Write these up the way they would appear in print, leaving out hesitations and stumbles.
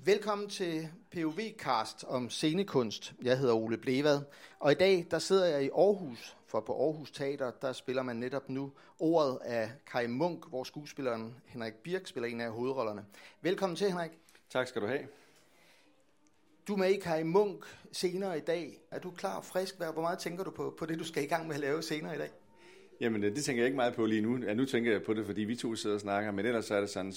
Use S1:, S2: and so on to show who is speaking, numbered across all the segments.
S1: Velkommen til POV-cast om scenekunst. Jeg hedder Ole Blevad, og i dag der sidder jeg i Aarhus, for på Aarhus Teater, der spiller man netop nu Ordet af Kaj Munk, hvor skuespilleren Henrik Birch spiller en af hovedrollerne. Velkommen til, Henrik.
S2: Tak skal du have.
S1: Du er med i Kaj Munk senere i dag. Er du klar og frisk? Hvor meget tænker du på det, du skal i gang med at lave senere i dag?
S2: Jamen, det tænker jeg ikke meget på lige nu. Ja, nu tænker jeg på det, fordi vi to sidder og snakker, men ellers er det sådan,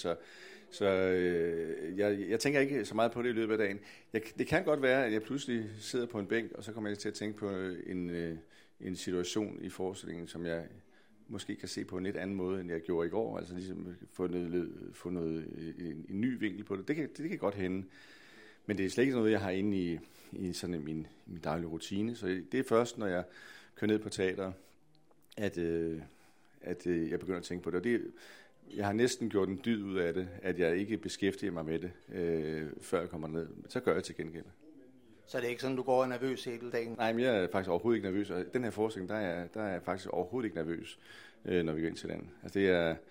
S2: jeg tænker ikke så meget på det i løbet af dagen. Det kan godt være, at jeg pludselig sidder på en bænk, og så kommer jeg til at tænke på en situation i forestillingen, som jeg måske kan se på en lidt anden måde, end jeg gjorde i går. Altså ligesom få en ny vinkel på det. Det kan godt hænde. Men det er slet ikke noget, jeg har inde i sådan min daglige rutine. Så det er først, når jeg kører ned på teater, at jeg begynder at tænke på det. Og jeg har næsten gjort en dyd ud af det, at jeg ikke beskæftiger mig med det, før jeg kommer ned. Så gør jeg til gengæld.
S1: Så det er ikke sådan, du går nervøs hele dagen?
S2: Nej, men jeg er faktisk overhovedet ikke nervøs. Og den her forestilling, der er jeg faktisk overhovedet ikke nervøs, når vi går ind til den. Altså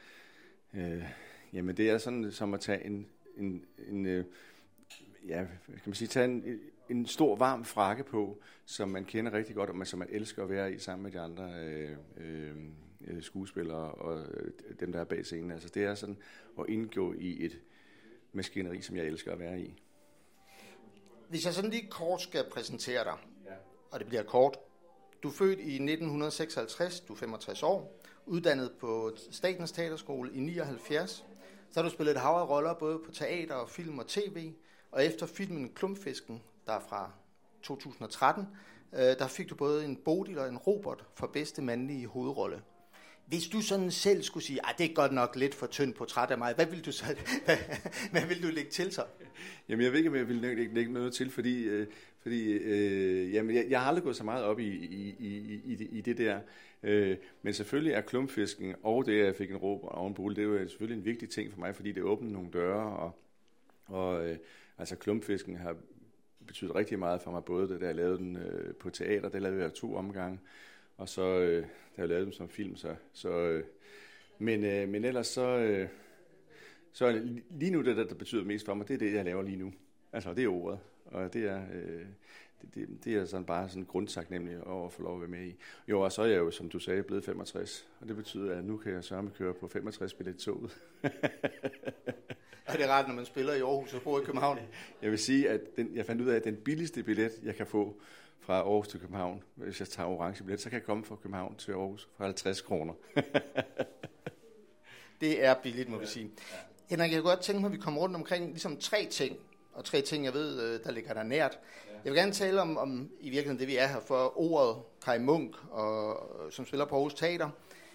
S2: det er sådan som at tage en stor varm frakke på, som man kender rigtig godt, og som man elsker at være i sammen med de andre skuespillere og dem, der er bag scenen. Altså det er sådan at indgå i et maskineri, som jeg elsker at være i.
S1: Hvis jeg sådan lige kort skal præsentere dig, og det bliver kort. Du er født i 1956, du er 65 år, uddannet på Statens Teaterskole i 79. Så har du spillet et hav af roller, både på teater og film og tv, og efter filmen Klumpfisken, der er fra 2013, der fik du både en Bodil og en Robert for bedste mandlige hovedrolle. Hvis du sådan selv skulle sige, at det er godt nok lidt for tyndt portræt af mig, hvad vil du så, hvad vil du lægge til så?
S2: Jamen jeg ved ikke, om jeg vil lægge noget til, fordi jeg har aldrig gået så meget op i det der. Men selvfølgelig er Klumpfisken og det, at jeg fik en Robert og en Bodil, det er jo selvfølgelig en vigtig ting for mig, fordi det åbner nogle døre, og altså Klumpfisken har betydet rigtig meget for mig, både da jeg lavede den på teater, der lavede jeg 2 omgange, og så da jeg lavede den som film, men ellers så lige nu det der betyder mest for mig, det er det jeg laver lige nu. Altså det er ordet, og det er sådan bare sådan grundtaknemmelig over at få lov at være med i. Jo, og så er jeg jo, som du sagde, blevet 65, og det betyder, at nu kan jeg sørge køre på 65 billet-toget.
S1: Er det rart, når man spiller i Aarhus og bor i København?
S2: Jeg vil sige, at jeg fandt ud af, at den billigste billet, jeg kan få fra Aarhus til København, hvis jeg tager orange billet, så kan jeg komme fra København til Aarhus for 50 kroner. Det
S1: er billigt, må vi sige. Henrik, jeg kunne godt tænke mig, at vi kommer rundt omkring ligesom 3 ting, og 3 ting, jeg ved, der ligger der nært. Jeg vil gerne tale om i virkeligheden det, vi er her for, Ordet Kaj Munk, som spiller på Aarhus Teater.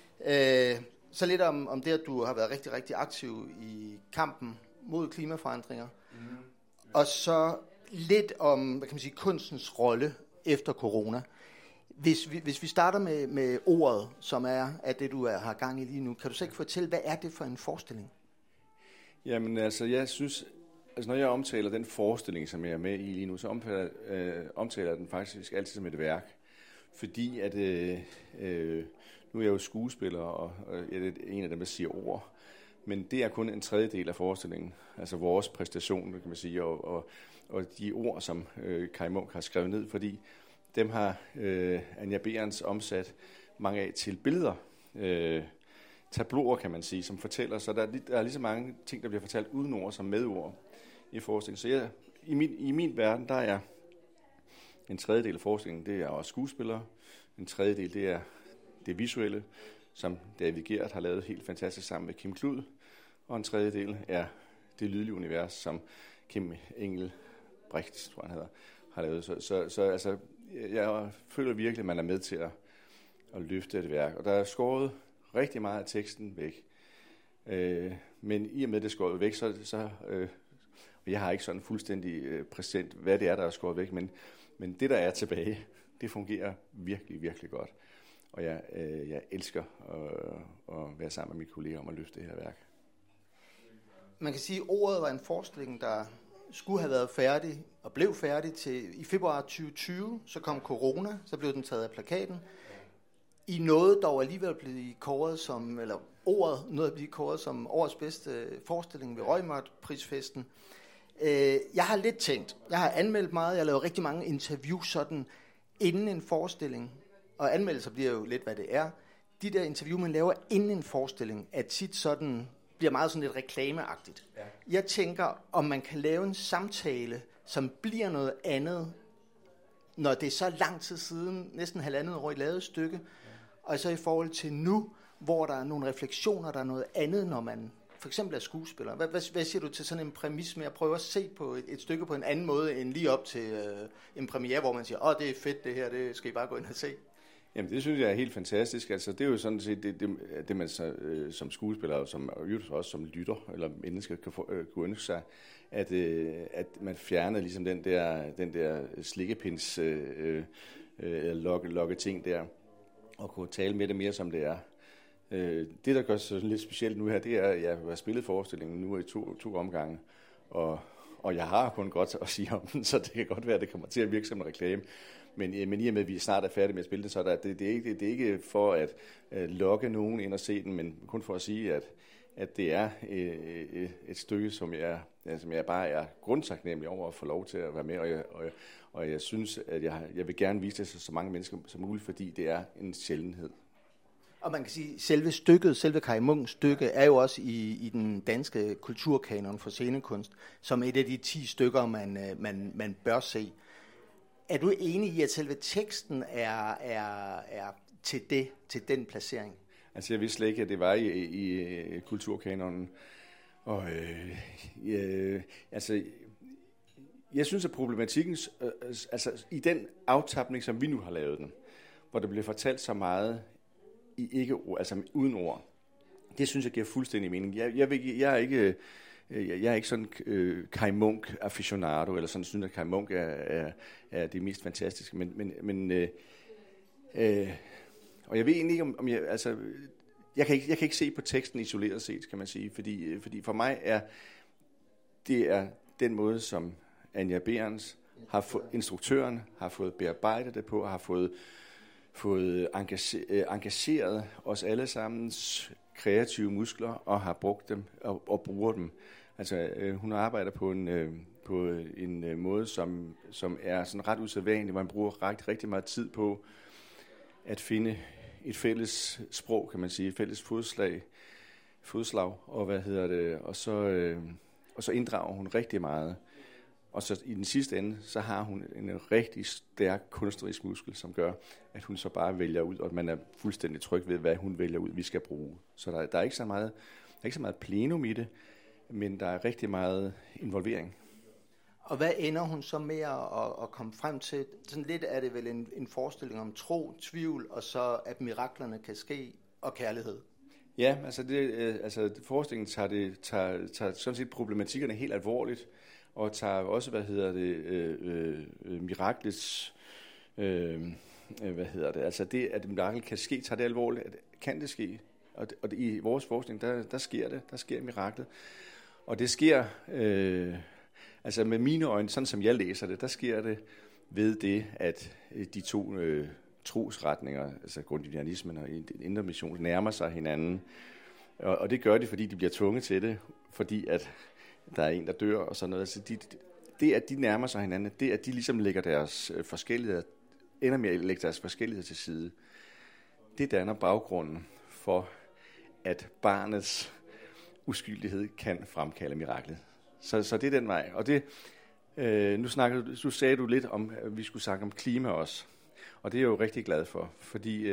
S1: Så lidt om det, at du har været rigtig, rigtig aktiv i kampen mod klimaforandringer. Og så lidt om, hvad kan man sige, kunstens rolle efter corona. Hvis vi starter med ordet, som er det, du har gang i lige nu, kan du så ikke fortælle, hvad er det for en forestilling?
S2: Jamen altså, jeg synes, når jeg omtaler den forestilling, som jeg er med i lige nu, så omtaler jeg den faktisk altid som et værk. Fordi at nu er jeg jo skuespiller, og jeg er en af dem, der siger ord. Men det er kun en tredjedel af forestillingen, altså vores præstation, kan man sige, og de ord, som Kaj Munk har skrevet ned, fordi dem har Anja Behrens omsat mange af til billeder, tabloer, kan man sige, som fortæller. Så der er lige så mange ting, der bliver fortalt uden ord som med ord i forestillingen. Så i min verden, der er en tredjedel af forestillingen, det er også skuespillere. En tredjedel, det er det visuelle, som David Gert har lavet helt fantastisk sammen med Kim Klud. Og en tredjedel er det lydlige univers, som Kim Engelbrecht, tror han hedder, har lavet. Så altså, jeg føler virkelig, at man er med til at løfte et værk. Og der er skåret rigtig meget af teksten væk. Men i og med det er skåret væk, så jeg har ikke sådan fuldstændig præsent, hvad det er, der er skåret væk, men det, der er tilbage, det fungerer virkelig, virkelig godt. Og jeg elsker at være sammen med mine kolleger om at løfte det her værk.
S1: Man kan sige, at ordet var en forestilling, der skulle have været færdig og blev færdig i februar 2020. Så kom corona, så blev den taget af plakaten. I noget dog alligevel blev kåret som, eller ordet nåede at blive kåret som årets bedste forestilling ved Reumert-prisfesten. Jeg har lidt tænkt, jeg har anmeldt meget, jeg har lavet rigtig mange interviews sådan inden en forestilling, og anmeldelser bliver jo lidt, hvad det er. De der interview, man laver inden en forestilling, er tit sådan, bliver meget sådan lidt reklameagtigt. Ja. Jeg tænker, om man kan lave en samtale, som bliver noget andet, når det er så lang tid siden, næsten 1,5 år i lavet stykke, og så i forhold til nu, hvor der er nogle refleksioner, der er noget andet, når man for eksempel er skuespiller. Hvad siger du til sådan en præmis med at prøve at se på et stykke på en anden måde, end lige op til en premiere, hvor man siger, det er fedt det her, det skal I bare gå ind og se?
S2: Jamen det synes jeg er helt fantastisk. Altså det er jo sådan set det man så, som skuespiller, og som også som lytter, eller mennesker kan kunne ønske sig, at man fjerner ligesom den der slikkepins lokke ting der, og kunne tale med det mere som det er. Det, der gør sig lidt specielt nu her, det er, at jeg har spillet forestillingen nu i to omgange, og jeg har kun godt at sige om den, så det kan godt være, at det kommer til at virke som en reklame. Men i og med, at vi snart er færdige med at spille det, så er det er ikke for at lokke nogen ind og se den, men kun for at sige, at det er et stykke, som jeg bare er grundtaknemmelig over at få lov til at være med, og jeg synes, at jeg vil gerne vise det til så mange mennesker som muligt, fordi det er en sjældenhed.
S1: Og man kan sige, selve Kaj Munks stykke, er jo også i den danske kulturkanon for scenekunst, som et af de 10 stykker, man bør se. Er du enig i, at selve teksten er til den placering?
S2: Altså jeg vidste slet ikke, at det var i kulturkanonen. Og jeg synes, at problematikken, altså i den aftapning, som vi nu har lavet den, hvor der bliver fortalt så meget i ikke ord, altså uden ord, det synes jeg giver fuldstændig mening. Jeg er ikke sådan Kaj Munk aficionado, eller sådan synes, at Kaj Munk er det mest fantastiske, og jeg ved egentlig ikke, om jeg, altså, jeg kan ikke se på teksten isoleret set, kan man sige, fordi for mig er den måde, som Anja Behrens instruktøren har fået bearbejdet det på, har fået engageret os alle sammens kreative muskler og har brugt dem og bruger dem. Altså hun arbejder på en måde, som er sådan ret usædvanlig, hvor man bruger rigtig meget tid på at finde et fælles sprog, kan man sige, et fælles fodslag, og så inddrager hun rigtig meget. Og så i den sidste ende, så har hun en rigtig stærk kunstnerisk muskel, som gør, at hun så bare vælger ud, og man er fuldstændig tryg ved, hvad hun vælger ud, vi skal bruge. Så der er ikke så meget plenum i det, men der er rigtig meget involvering.
S1: Og hvad ender hun så med at komme frem til? Sådan lidt er det vel en forestilling om tro, tvivl, og så at miraklerne kan ske, og kærlighed.
S2: Ja, altså forestillingen tager sådan set problematikkerne helt alvorligt, og tager også, miraklets, altså det, at et mirakel kan ske, tager det alvorligt, kan det ske, og i vores forskning, der sker miraklet, og det sker, altså med mine øjne, sådan som jeg læser det, der sker det ved det, at de to trosretninger, altså grundtvigianismen og indre mission, nærmer sig hinanden, og det gør de, fordi de bliver tvunget til det, fordi at der er en, der dør og sådan noget. Altså det, at de nærmer sig hinanden, det, at de ligesom lægger deres forskelligheder, ender med at lægge deres forskelligheder til side, det danner baggrunden for, at barnets uskyldighed kan fremkalde miraklet. Så det er den vej. Og det, nu sagde du lidt om, at vi skulle snakke om klima også. Og det er jeg jo rigtig glad for, fordi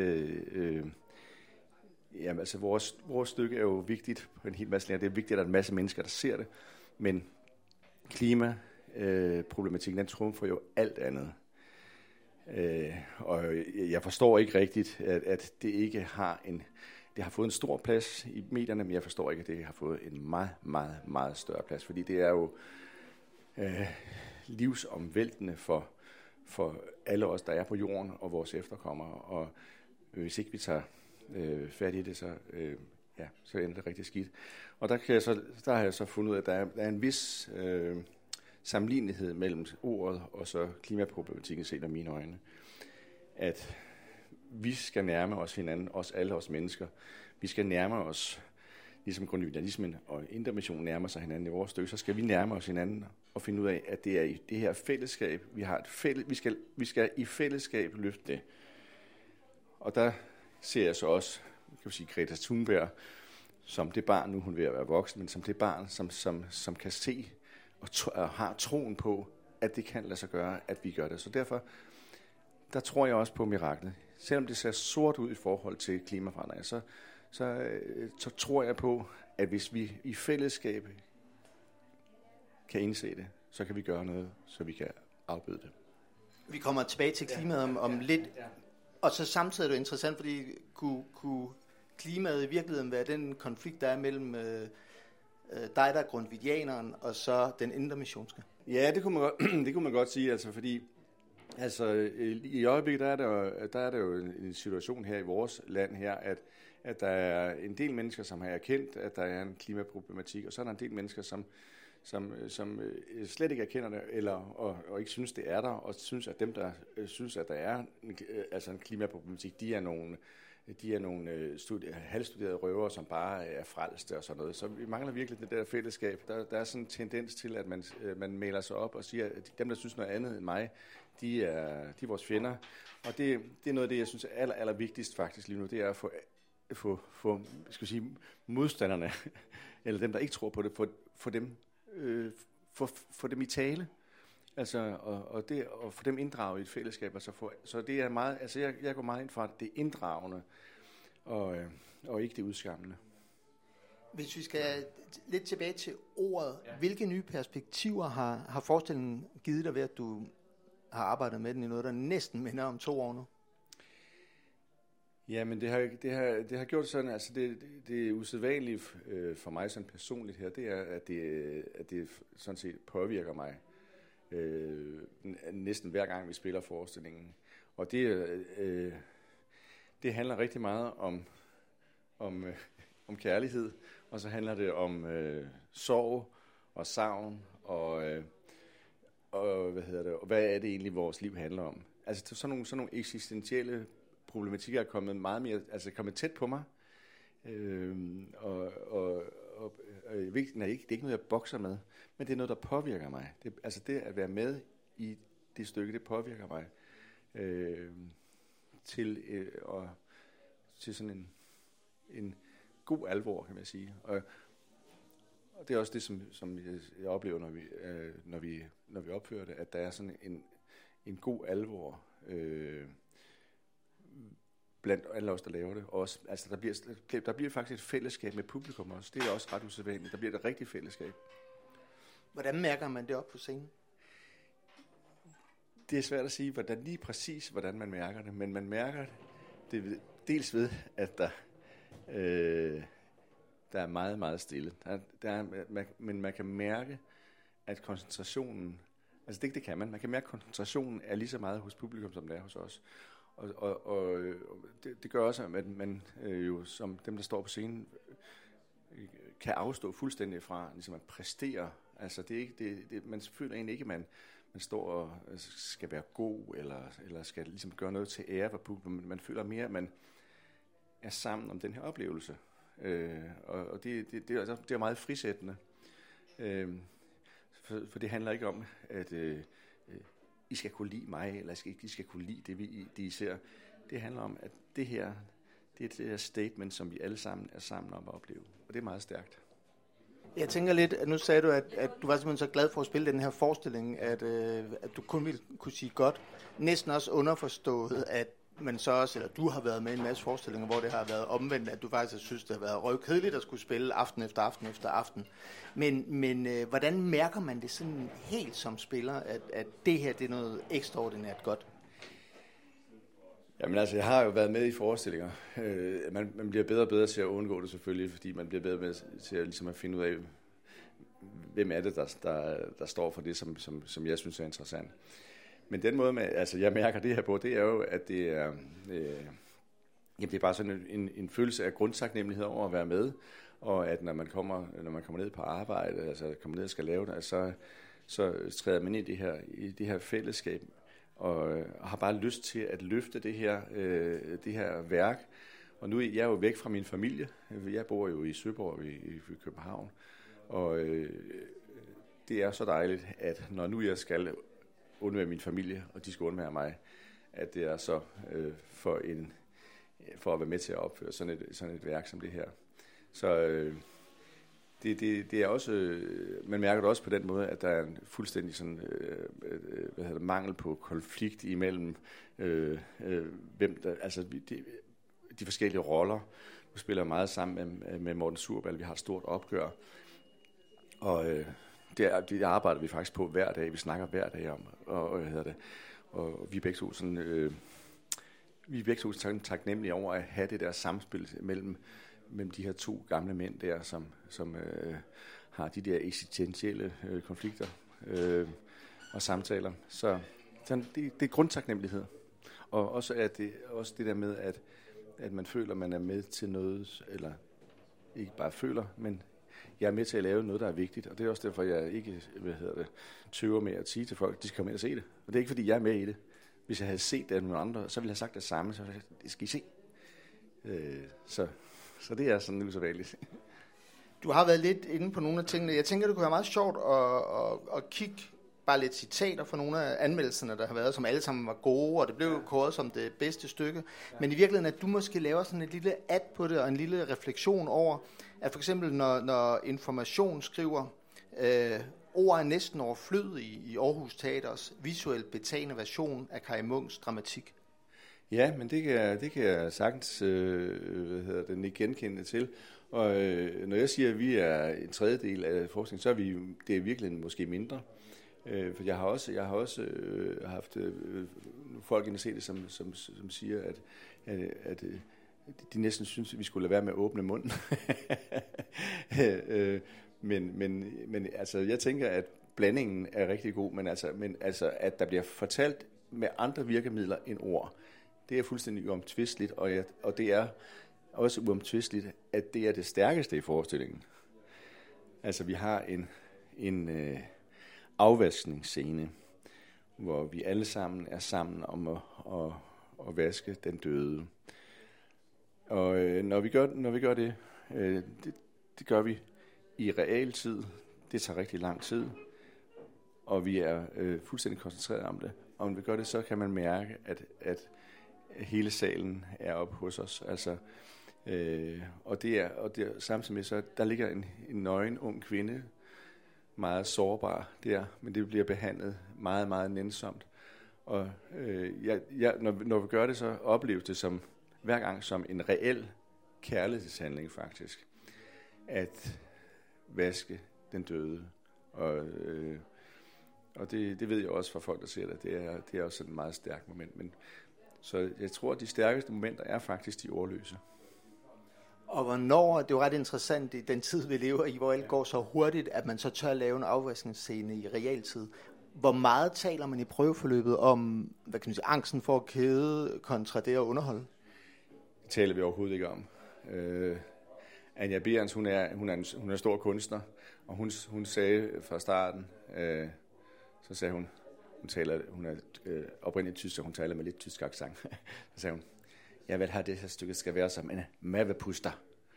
S2: jamen, altså vores stykke er jo vigtigt på en hel masse lærer. Det er vigtigt, at der er en masse mennesker, der ser det. Men klimaproblematikken, den trumfer jo alt andet. Og jeg forstår ikke rigtigt, at det ikke har det har fået en stor plads i medierne, men jeg forstår ikke, at det har fået en meget, meget, meget større plads. Fordi det er jo livsomvæltende for alle os, der er på jorden, og vores efterkommere. Og hvis ikke vi tager fat i det, så ender det rigtig skidt. Og der har jeg så fundet ud af, at der er en vis sammenlignelighed mellem ordet og så klimaproblematikken set af mine øjne. At vi skal nærme os hinanden, alle os mennesker. Vi skal nærme os ligesom grundtvigianismen og Indre Mission nærmer sig hinanden i vores stykke, så skal vi nærme os hinanden og finde ud af, at det er i det her fællesskab, vi har vi skal i fællesskab løfte det. Og der ser jeg så også, kan vi sige, Greta Thunberg som det barn, nu hun er ved at være voksen, men som det barn, som kan se og har troen på, at det kan lade sig gøre, at vi gør det. Så derfor, der tror jeg også på miraklet. Selvom det ser sort ud i forhold til klimaforandringer, så tror jeg på, at hvis vi i fællesskab kan indse det, så kan vi gøre noget, så vi kan afbøde det.
S1: Vi kommer tilbage til klimaet om lidt, og så samtidig er det interessant, fordi kunne klimaet i virkeligheden være den konflikt, der er mellem dig, der er grundtvigianeren, og så den indremissionske?
S2: Ja, det kunne man godt sige, altså fordi i øjeblikket der er der jo en situation her i vores land her, at der er en del mennesker, som har erkendt, at der er en klimaproblematik, og så er der en del mennesker, som slet ikke erkender det, og ikke synes, det er der, og synes, at dem, der synes, at der er en klimaproblematik, de er nogle halvstuderede røvere, som bare er frelste og sådan noget. Så vi mangler virkelig det der fællesskab. Der er sådan en tendens til, at man maler sig op og siger, at dem, der synes noget andet end mig, de er vores fjender. Og det er noget af det, jeg synes er aller vigtigst faktisk lige nu, det er at få skal sige, modstanderne, eller dem, der ikke tror på det, få dem i tale. Altså, og få dem inddraget i et fællesskab. Så det er meget, altså jeg går meget ind for, at det er inddragende, og ikke det udskammende.
S1: Hvis vi skal lidt tilbage til ordet, hvilke nye perspektiver har forestillingen givet dig ved, at du har arbejdet med den i noget, der næsten minder om 2 år nu?
S2: Ja, men det har gjort sådan, altså det er usædvanligt for mig sådan personligt her, det er, at det sådan set påvirker mig. Næsten hver gang vi spiller forestillingen. Og det handler rigtig meget om kærlighed, og så handler det om sorg og savn og hvad er det egentlig vores liv handler om. Altså sådan nogle eksistentielle problematikker er kommet meget mere, altså kommet tæt på mig. Vigtigt er ikke, det er ikke noget, jeg bokser med, men det er noget, der påvirker mig. Det at være med i det stykke, det påvirker mig til sådan en god alvor, kan man sige. Og det er også det, som jeg oplever, når vi opfører det, at der er sådan en god alvor blandt alle os, der laver det. Også, altså der bliver faktisk et fællesskab med publikum også. Det er også ret usædvanligt. Der bliver et rigtigt fællesskab.
S1: Hvordan mærker man det op på scenen?
S2: Det er svært at sige, hvordan man mærker det, men man mærker det dels ved, at der er meget, meget stille. Men man kan mærke, at koncentrationen, altså det kan man. Man kan mærke, at koncentrationen er lige så meget hos publikum, som det er hos os. Og det gør også, at man jo som dem, der står på scenen, kan afstå fuldstændig fra ligesom at præstere. Altså det er ikke man føler egentlig ikke, at man står og skal være god eller skal ligesom gøre noget til ære for publikum. Man føler mere, at man er sammen om den her oplevelse. Og det er meget frisættende. For det handler ikke om, at I skal kunne lide mig, eller I skal kunne lide det, I ser. Det handler om, at det her, det er det her statement, som vi alle sammen er sammen om at opleve. Og det er meget stærkt.
S1: Jeg tænker lidt, at nu sagde du, at du var simpelthen så glad for at spille den her forestilling, at du kun ville kunne sige godt. Næsten også underforstået, at man så også, eller du har været med i en masse forestillinger, hvor det har været omvendt, at du faktisk synes, det har været røvkedeligt at skulle spille aften efter aften efter aften. Men hvordan mærker man det sådan helt som spiller, at det her det er noget ekstraordinært godt?
S2: Jamen altså, jeg har jo været med i forestillinger. Man bliver bedre og bedre til at undgå det selvfølgelig, fordi man bliver bedre med til at, ligesom at finde ud af, hvem er det, der står for det, som jeg synes er interessant. Men den måde, jeg mærker det her på, det er jo, at det er, det er bare sådan en følelse af grundtaknemmelighed over at være med, og at når man kommer ned på arbejde, altså kommer ned og skal lave det, så træder man ind i det her fællesskab, og har bare lyst til at løfte det her værk, Og nu er jeg jo væk fra min familie. Jeg bor jo i Søborg i København. Og det er så dejligt, at når nu jeg skal undvære min familie, og de skal undvære mig, at det er så for at være med til at opføre sådan et værk som det her. Så det er også, man mærker det også på den måde, at der er en fuldstændig sådan, mangel på konflikt imellem hvem der, altså de forskellige roller. Nu spiller jeg meget sammen med Morten Surbal, vi har et stort opgør, og det arbejder vi faktisk på hver dag, vi snakker hver dag om, og vi er begge to sådan, vi er begge to taknemmelige over at have det der samspil mellem de her to gamle mænd der, som har de der eksistentielle konflikter og samtaler. Så det er grundtaknemmelighed. Og også det der med, at man føler, man er med til noget, eller ikke bare føler, men jeg er med til at lave noget, der er vigtigt. Og det er også derfor, jeg ikke tøver med at sige til folk, at de skal komme ind og se det. Og det er ikke, fordi jeg er med i det. Hvis jeg havde set det af nogle andre, så ville jeg have sagt det samme, så det skal I se. Så det er sådan usædvanligt.
S1: Du har været lidt inde på nogle af tingene. Jeg tænker, det kunne være meget sjovt at kigge bare lidt citater fra nogle af anmeldelserne, der har været, som alle sammen var gode, og det blev kåret som det bedste stykke. Men i virkeligheden, at du måske laver sådan et lille add på det, og en lille refleksion over, at for eksempel, når Information skriver, ord er næsten overflødige i Aarhus Teaters visuelt betagende version af Kaj Munks dramatik.
S2: Ja, men det kan jeg sagtens den ikke genkende til. Og når jeg siger, at vi er en tredjedel af forskningen, så er det er virkelig måske mindre. For jeg har også haft folk ind og se det, som siger, at de næsten synes, at vi skulle lade være med at åbne munden. men altså, jeg tænker, at blandingen er rigtig god, men at der bliver fortalt med andre virkemidler end ord, det er fuldstændig uomtvisteligt, og det er også uomtvisteligt, at det er det stærkeste i forestillingen. Altså, vi har en afvaskningsscene, hvor vi alle sammen er sammen om at vaske den døde. Og når vi gør det, det gør vi i realtid. Det tager rigtig lang tid, og vi er fuldstændig koncentreret om det. Og når vi gør det, så kan man mærke, at hele salen er oppe hos os. Altså, og det er samtidig med, så der ligger en nøgen ung kvinde, meget sårbar der, men det bliver behandlet meget, meget nænsomt. Og når vi gør det, så opleves det som hver gang som en reel kærlighedshandling faktisk, at vaske den døde. Og det ved jeg også fra folk, der ser det. Det er også et meget stærkt moment. Så jeg tror, at de stærkeste momenter er faktisk de ordløse.
S1: Og hvornår, det er jo ret interessant i den tid, vi lever i, hvor alt går så hurtigt, at man så tør lave en afvaskningsscene i realtid. Hvor meget taler man i prøveforløbet om, hvad kan man sige, angsten for at kæde kontra det at underholde?
S2: Det taler vi overhovedet ikke om. Anja Berens, hun er en stor kunstner, og hun sagde fra starten, så sagde hun er oprindeligt tysk, så hun taler med lidt tysk accent. Så sagde hun, jeg vil have det her stykke skal være som en mavepuster.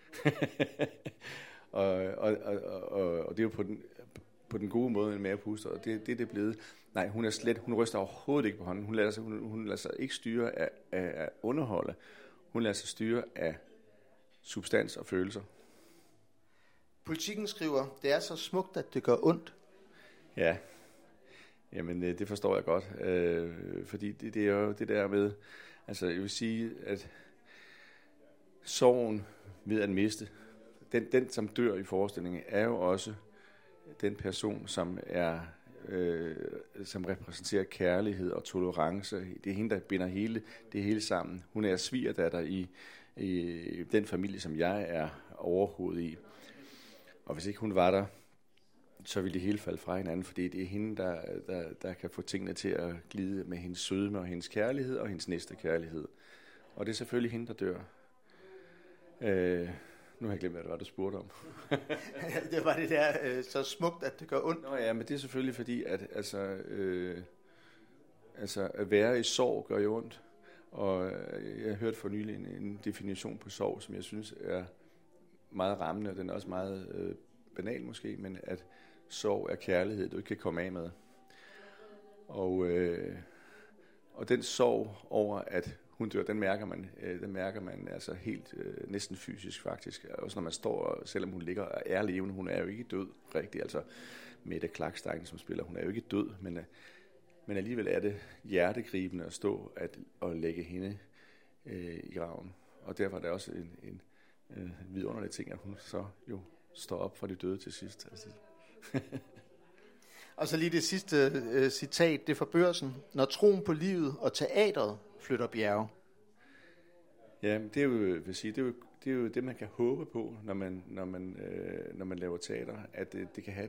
S2: og det er jo på den gode måde en mavepuster, og det er det blevet. Nej, hun ryster overhovedet ikke på hånden. Hun lader sig ikke styre af underholde. Hun lader sig styre af substans og følelser.
S1: Politikken skriver, det er så smukt, at det gør ondt.
S2: Ja, jamen det forstår jeg godt, fordi det er jo det der med, altså jeg vil sige, at sorgen ved at miste, den som dør i forestillingen, er jo også den person, som som repræsenterer kærlighed og tolerance. Det er hende, der binder det hele sammen. Hun er svigerdatter i den familie, som jeg er overhovedet i. Og hvis ikke hun var der, så ville det hele falde fra hinanden, fordi det er hende, der kan få tingene til at glide med hendes sødme og hendes kærlighed og hendes næste kærlighed. Og det er selvfølgelig hende, der dør. Nu har jeg glemt, hvad det var, du spurgte om.
S1: Det var det der så smukt, at det gør ondt.
S2: Nå ja, men det er selvfølgelig fordi, at at være i sorg gør jo ondt. Og jeg hørte for nylig en definition på sorg, som jeg synes er meget rammende, og den er også meget banal måske, men at sorg er kærlighed, du ikke kan komme af med. Og den sorg over, at hun dør, den mærker man altså helt næsten fysisk faktisk. Også når man står, selvom hun ligger og er levende, hun er jo ikke død rigtigt. Altså Mette Klakstein, som spiller, hun er jo ikke død, men alligevel er det hjertegribende at stå og lægge hende i graven. Og derfor er det også en vidunderlig ting, at hun så jo står op fra de døde til sidst. Altså.
S1: Og så lige det sidste citat, det er fra Børsen. Når troen på livet og teatret flytter bjerge.
S2: Ja, det er jo, det er jo det, man kan håbe på, når man laver teater, at det kan have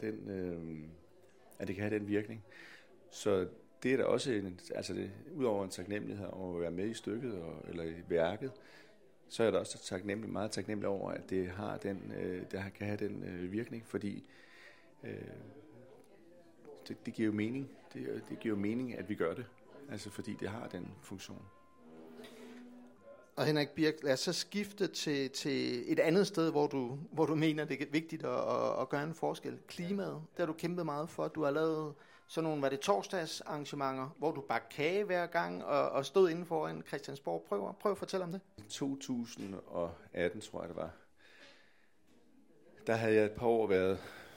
S2: den virkning. Så det er da også udover en taknemmelighed over at være med i stykket eller i værket, så er der også meget taknemmelig over, at det har kan have den virkning, fordi det giver jo mening. Det giver jo mening, at vi gør det, altså fordi det har den funktion.
S1: Og Henrik Birk, lad os så skifte til et andet sted, hvor du mener, det er vigtigt at gøre en forskel. Klimaet, det har du kæmpet meget for. Du har lavet sådan nogle, var det torsdagsarrangementer, hvor du bagte kage hver gang og stod inden for en Christiansborg. Prøv at fortælle om det.
S2: 2018, tror jeg det var. Der havde jeg et par år været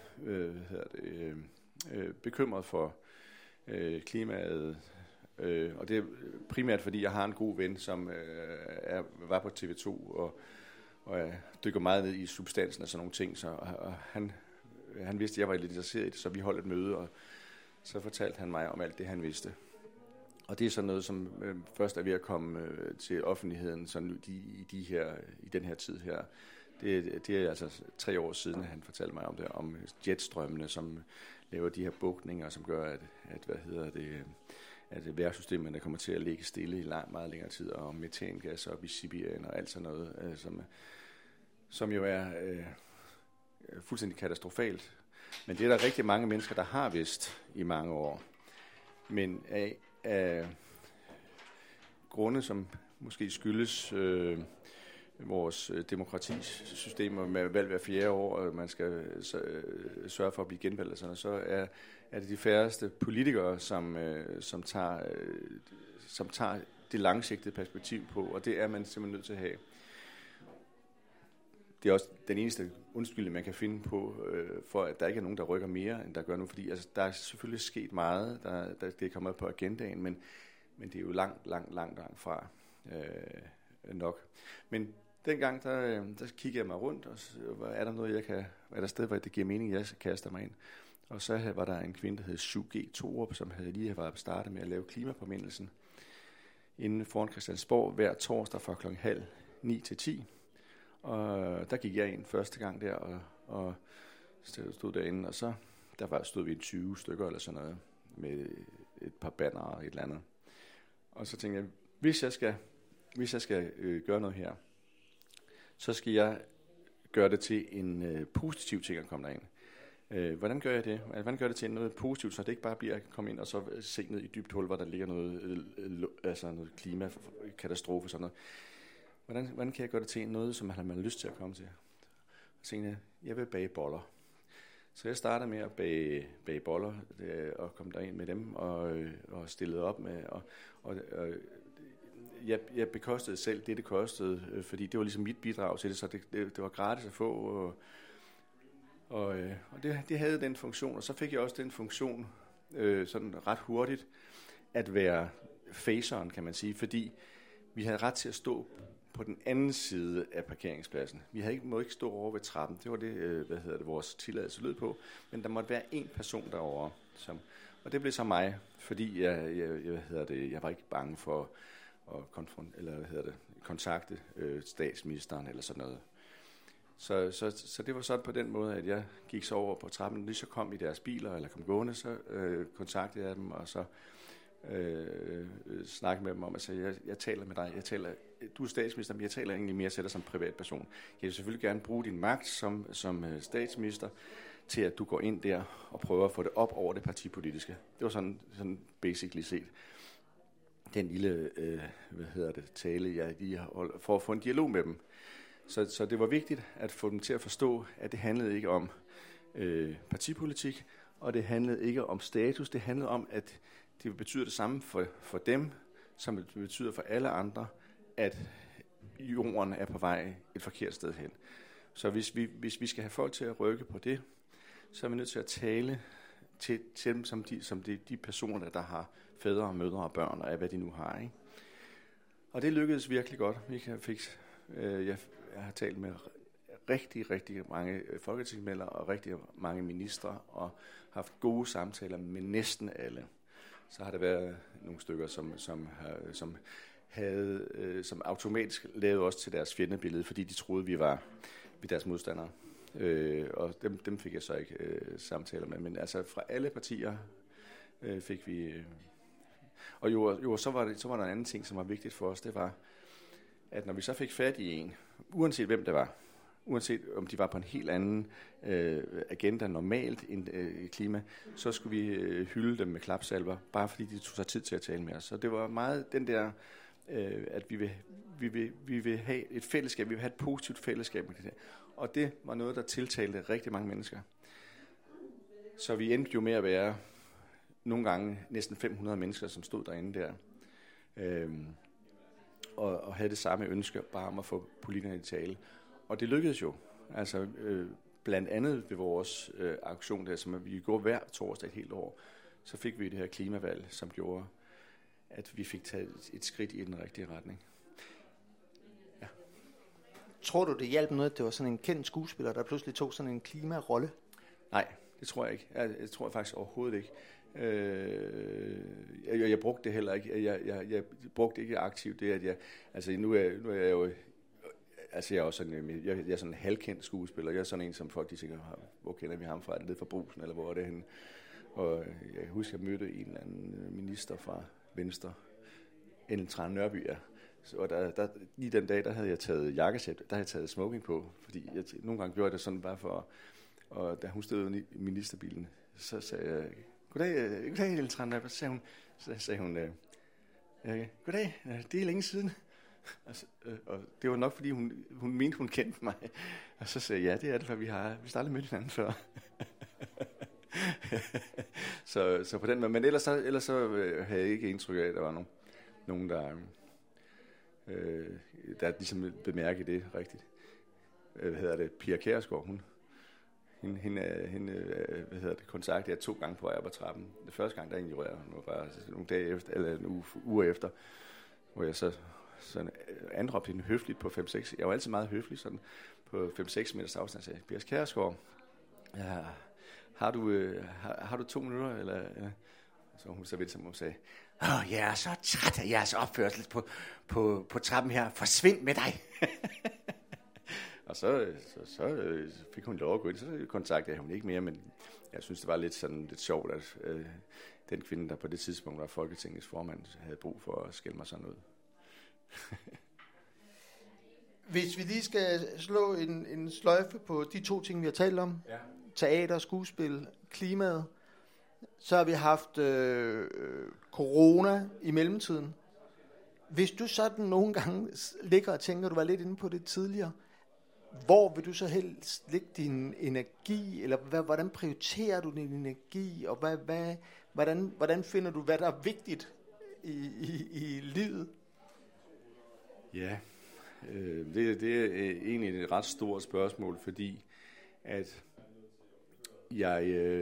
S2: bekymret for klimaet. Og det er primært fordi jeg har en god ven, som var på TV2 og dykker meget ned i substansen og sådan nogle ting. Og han vidste, at jeg var lidt interesseret i det, så vi holdt et møde, og så fortalte han mig om alt det, han vidste. Og det er sådan noget, som først er ved at komme til offentligheden sådan i den her tid her. Det er altså 3 år siden, at han fortalte mig om det, om jetstrømmene, som laver de her bugninger, som gør, at vejrsystemerne kommer til at ligge stille i meget længere tid, og metangas op i Sibirien og alt sådan noget, som jo er fuldstændig katastrofalt. Men det er der rigtig mange mennesker, der har vidst i mange år. Men af grunde, som måske skyldes vores demokratisystem med valg hver 4 år, og man skal sørge for at blive genvalgt og sådan, så er det de færreste politikere, som tager det langsigtede perspektiv på, og det er man simpelthen nødt til at have. Det er også den eneste undskyldning, man kan finde på, for at der ikke er nogen, der rykker mere, end der gør nu, fordi altså, der er selvfølgelig sket meget, det er kommet på agendaen, men det er jo langt fra nok. Men dengang, der kiggede jeg mig rundt, og er der noget, er der sted, hvor det giver mening, jeg kaster mig ind. Og så var der en kvinde, der hed Shugi Torup, som havde lige været startet med at lave klimapåmindelsen inden foran Christiansborg hver torsdag fra 8:30 til 10. Og der gik jeg ind første gang der, og stod derinde, og så stod vi 20 stykker eller sådan noget, med et par banner og et eller andet. Og så tænkte jeg, hvis jeg skal gøre noget her, så skal jeg gøre det til en positiv ting at komme derind. Hvordan gør jeg det? Hvordan gør det til noget positivt, så det ikke bare bliver at komme ind og så se ned i dybt hul, hvor der ligger noget klimakatastrofe og sådan noget. Hvordan kan jeg gøre det til noget, som man har lyst til at komme til? Så tænkte jeg vil bage boller. Så jeg startede med at bage boller og kom derind med dem og stillede op med. Jeg bekostede selv det kostede, fordi det var ligesom mit bidrag til det, så det var gratis at få. Og det havde den funktion, og så fik jeg også den funktion sådan ret hurtigt at være faceren, kan man sige, fordi vi havde ret til at stå på den anden side af parkeringspladsen. Vi må ikke stå over ved trappen. Det var det, vores tilladelse lød på. Men der måtte være en person derovre. Og det blev så mig, fordi jeg var ikke bange for at kontakte statsministeren eller sådan noget. Så det var sådan på den måde, at jeg gik så over på trappen. Lige så kom i deres biler eller kom gående, så kontaktede jeg dem, og så snakke med dem om, altså jeg taler med dig, du er statsminister, men jeg taler egentlig mere til dig som privatperson. Jeg vil selvfølgelig gerne bruge din magt som statsminister til, at du går ind der og prøver at få det op over det partipolitiske. Det var sådan basically set. den lille tale, jeg lige har holdt, for at få en dialog med dem. Så det var vigtigt at få dem til at forstå, at det handlede ikke om partipolitik, og det handlede ikke om status. Det handlede om, at det betyder det samme for dem, som det betyder for alle andre, at jorden er på vej et forkert sted hen. Så hvis vi skal have folk til at rykke på det, så er vi nødt til at tale til dem som de personer, der har fædre og mødre og børn, og hvad de nu har. Ikke? Og det lykkedes virkelig godt. Jeg har talt med rigtig, rigtig mange folketingsmedlemmer og rigtig mange ministre, og haft gode samtaler med næsten alle. Så har der været nogle stykker, som automatisk lavede os til deres fjendebillede, fordi de troede, vi var deres modstandere. Og dem fik jeg så ikke samtaler med. Men altså fra alle partier fik vi... Og så var der en anden ting, som var vigtigt for os. Det var, at når vi så fik fat i en, uanset hvem det var, uanset om de var på en helt anden agenda normalt end klima, så skulle vi hylde dem med klapsalver, bare fordi de tog sig tid til at tale med os. Så det var meget den der, at vi vil have et fællesskab, vi vil have et positivt fællesskab med det der. Og det var noget, der tiltalte rigtig mange mennesker. Så vi endte jo med at være nogle gange næsten 500 mennesker, som stod derinde der, og havde det samme ønske, bare om at få politikerne i tale. Og det lykkedes jo. Altså blandt andet ved vores aktion der, som vi går hver torsdag et helt år, så fik vi det her klimavalg, som gjorde, at vi fik taget et skridt i den rigtige retning. Ja.
S1: Tror du, det hjalp noget, at det var sådan en kendt skuespiller, der pludselig tog sådan en klimarolle?
S2: Nej, det tror jeg ikke. Jeg tror faktisk overhovedet ikke. Jeg brugte det heller ikke. Jeg brugte ikke aktivt det, at jeg... Altså nu er jeg jo... Altså jeg er også sådan, jeg er sådan en halvkendt skuespiller. Jeg er sådan en, som folk de tænker, hvor kender vi ham fra? Er det nede fra Brugsen, eller hvor er det henne? Og jeg husker, jeg mødte en eller anden minister fra Venstre, Ellen Trane Nørby, ja. Og der, lige den dag, der havde jeg taget jakkesæt, der havde jeg taget smoking på, fordi jeg nogle gange gjorde det sådan bare for... Og da hun stod i ministerbilen, så sagde jeg, goddag Ellen Trane Nørby, så sagde hun, goddag, det er længe siden. Og det var nok, fordi hun mente, hun kendte mig. Og så sagde jeg, ja, det er det, for vi har aldrig mødt hinanden før. så på den måde. Men ellers så havde jeg ikke indtryk af, at der var nogen der ligesom bemærkede det rigtigt. Pia Kjærsgaard, hende kontaktede jeg 2 gange på vej op ad trappen. Det første gang, der ignorerede hun bare nogle dage efter, eller en uge efter, hvor jeg så anråbte hende høfligt på 5-6. Jeg var altid meget høflig, sådan på 5-6 meters afstand, sagde Pia Kjærsgaard, ja, har du 2 minutter, eller? Så hun så vendte sig og sagde, jeg er så træt af jeres opførsel på trappen her. Forsvind med dig. Og så fik hun lov at gå ind, så kontaktede jeg hende ikke mere, men jeg synes, det var lidt sjovt, at den kvinde, der på det tidspunkt var Folketingets formand, havde brug for at skælde mig sådan ud.
S1: Hvis vi lige skal slå en sløjfe på de 2 ting, vi har talt om, ja. Teater, skuespil, klimaet, så har vi haft corona i mellemtiden. Hvis du sådan nogle gange ligger og tænker, du var lidt inde på det tidligere, hvor vil du så helst lægge din energi, eller hvordan prioriterer du din energi, og hvordan finder du, hvad der er vigtigt i livet?
S2: Ja, det er egentlig et ret stort spørgsmål, fordi at jeg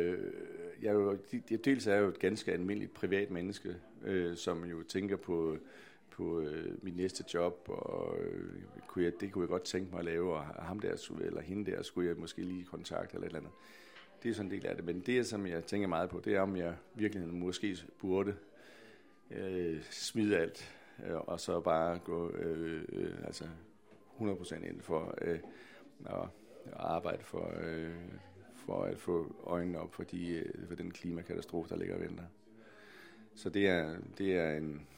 S2: dels er jo et ganske almindeligt privat menneske, som jo tænker på mit næste job, og det kunne jeg godt tænke mig at lave, og ham der, eller hende der, skulle jeg måske lige kontakte eller et eller andet. Det er sådan en del af det, men det, som jeg tænker meget på, det er, om jeg virkelig måske burde smide alt, og så bare gå 100% ind for at arbejde for at få øjnene op for den klimakatastrofe, der ligger og venter. Så det er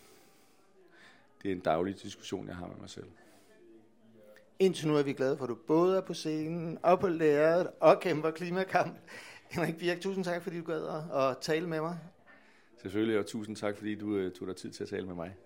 S2: en daglig diskussion, jeg har med mig selv.
S1: Indtil nu er vi glade for, at du både er på scenen og på lærredet og kæmper klimakamp. Henrik Birk, tusind tak, fordi du gad at tale med mig.
S2: Selvfølgelig, og tusind tak, fordi du tog dig tid til at tale med mig.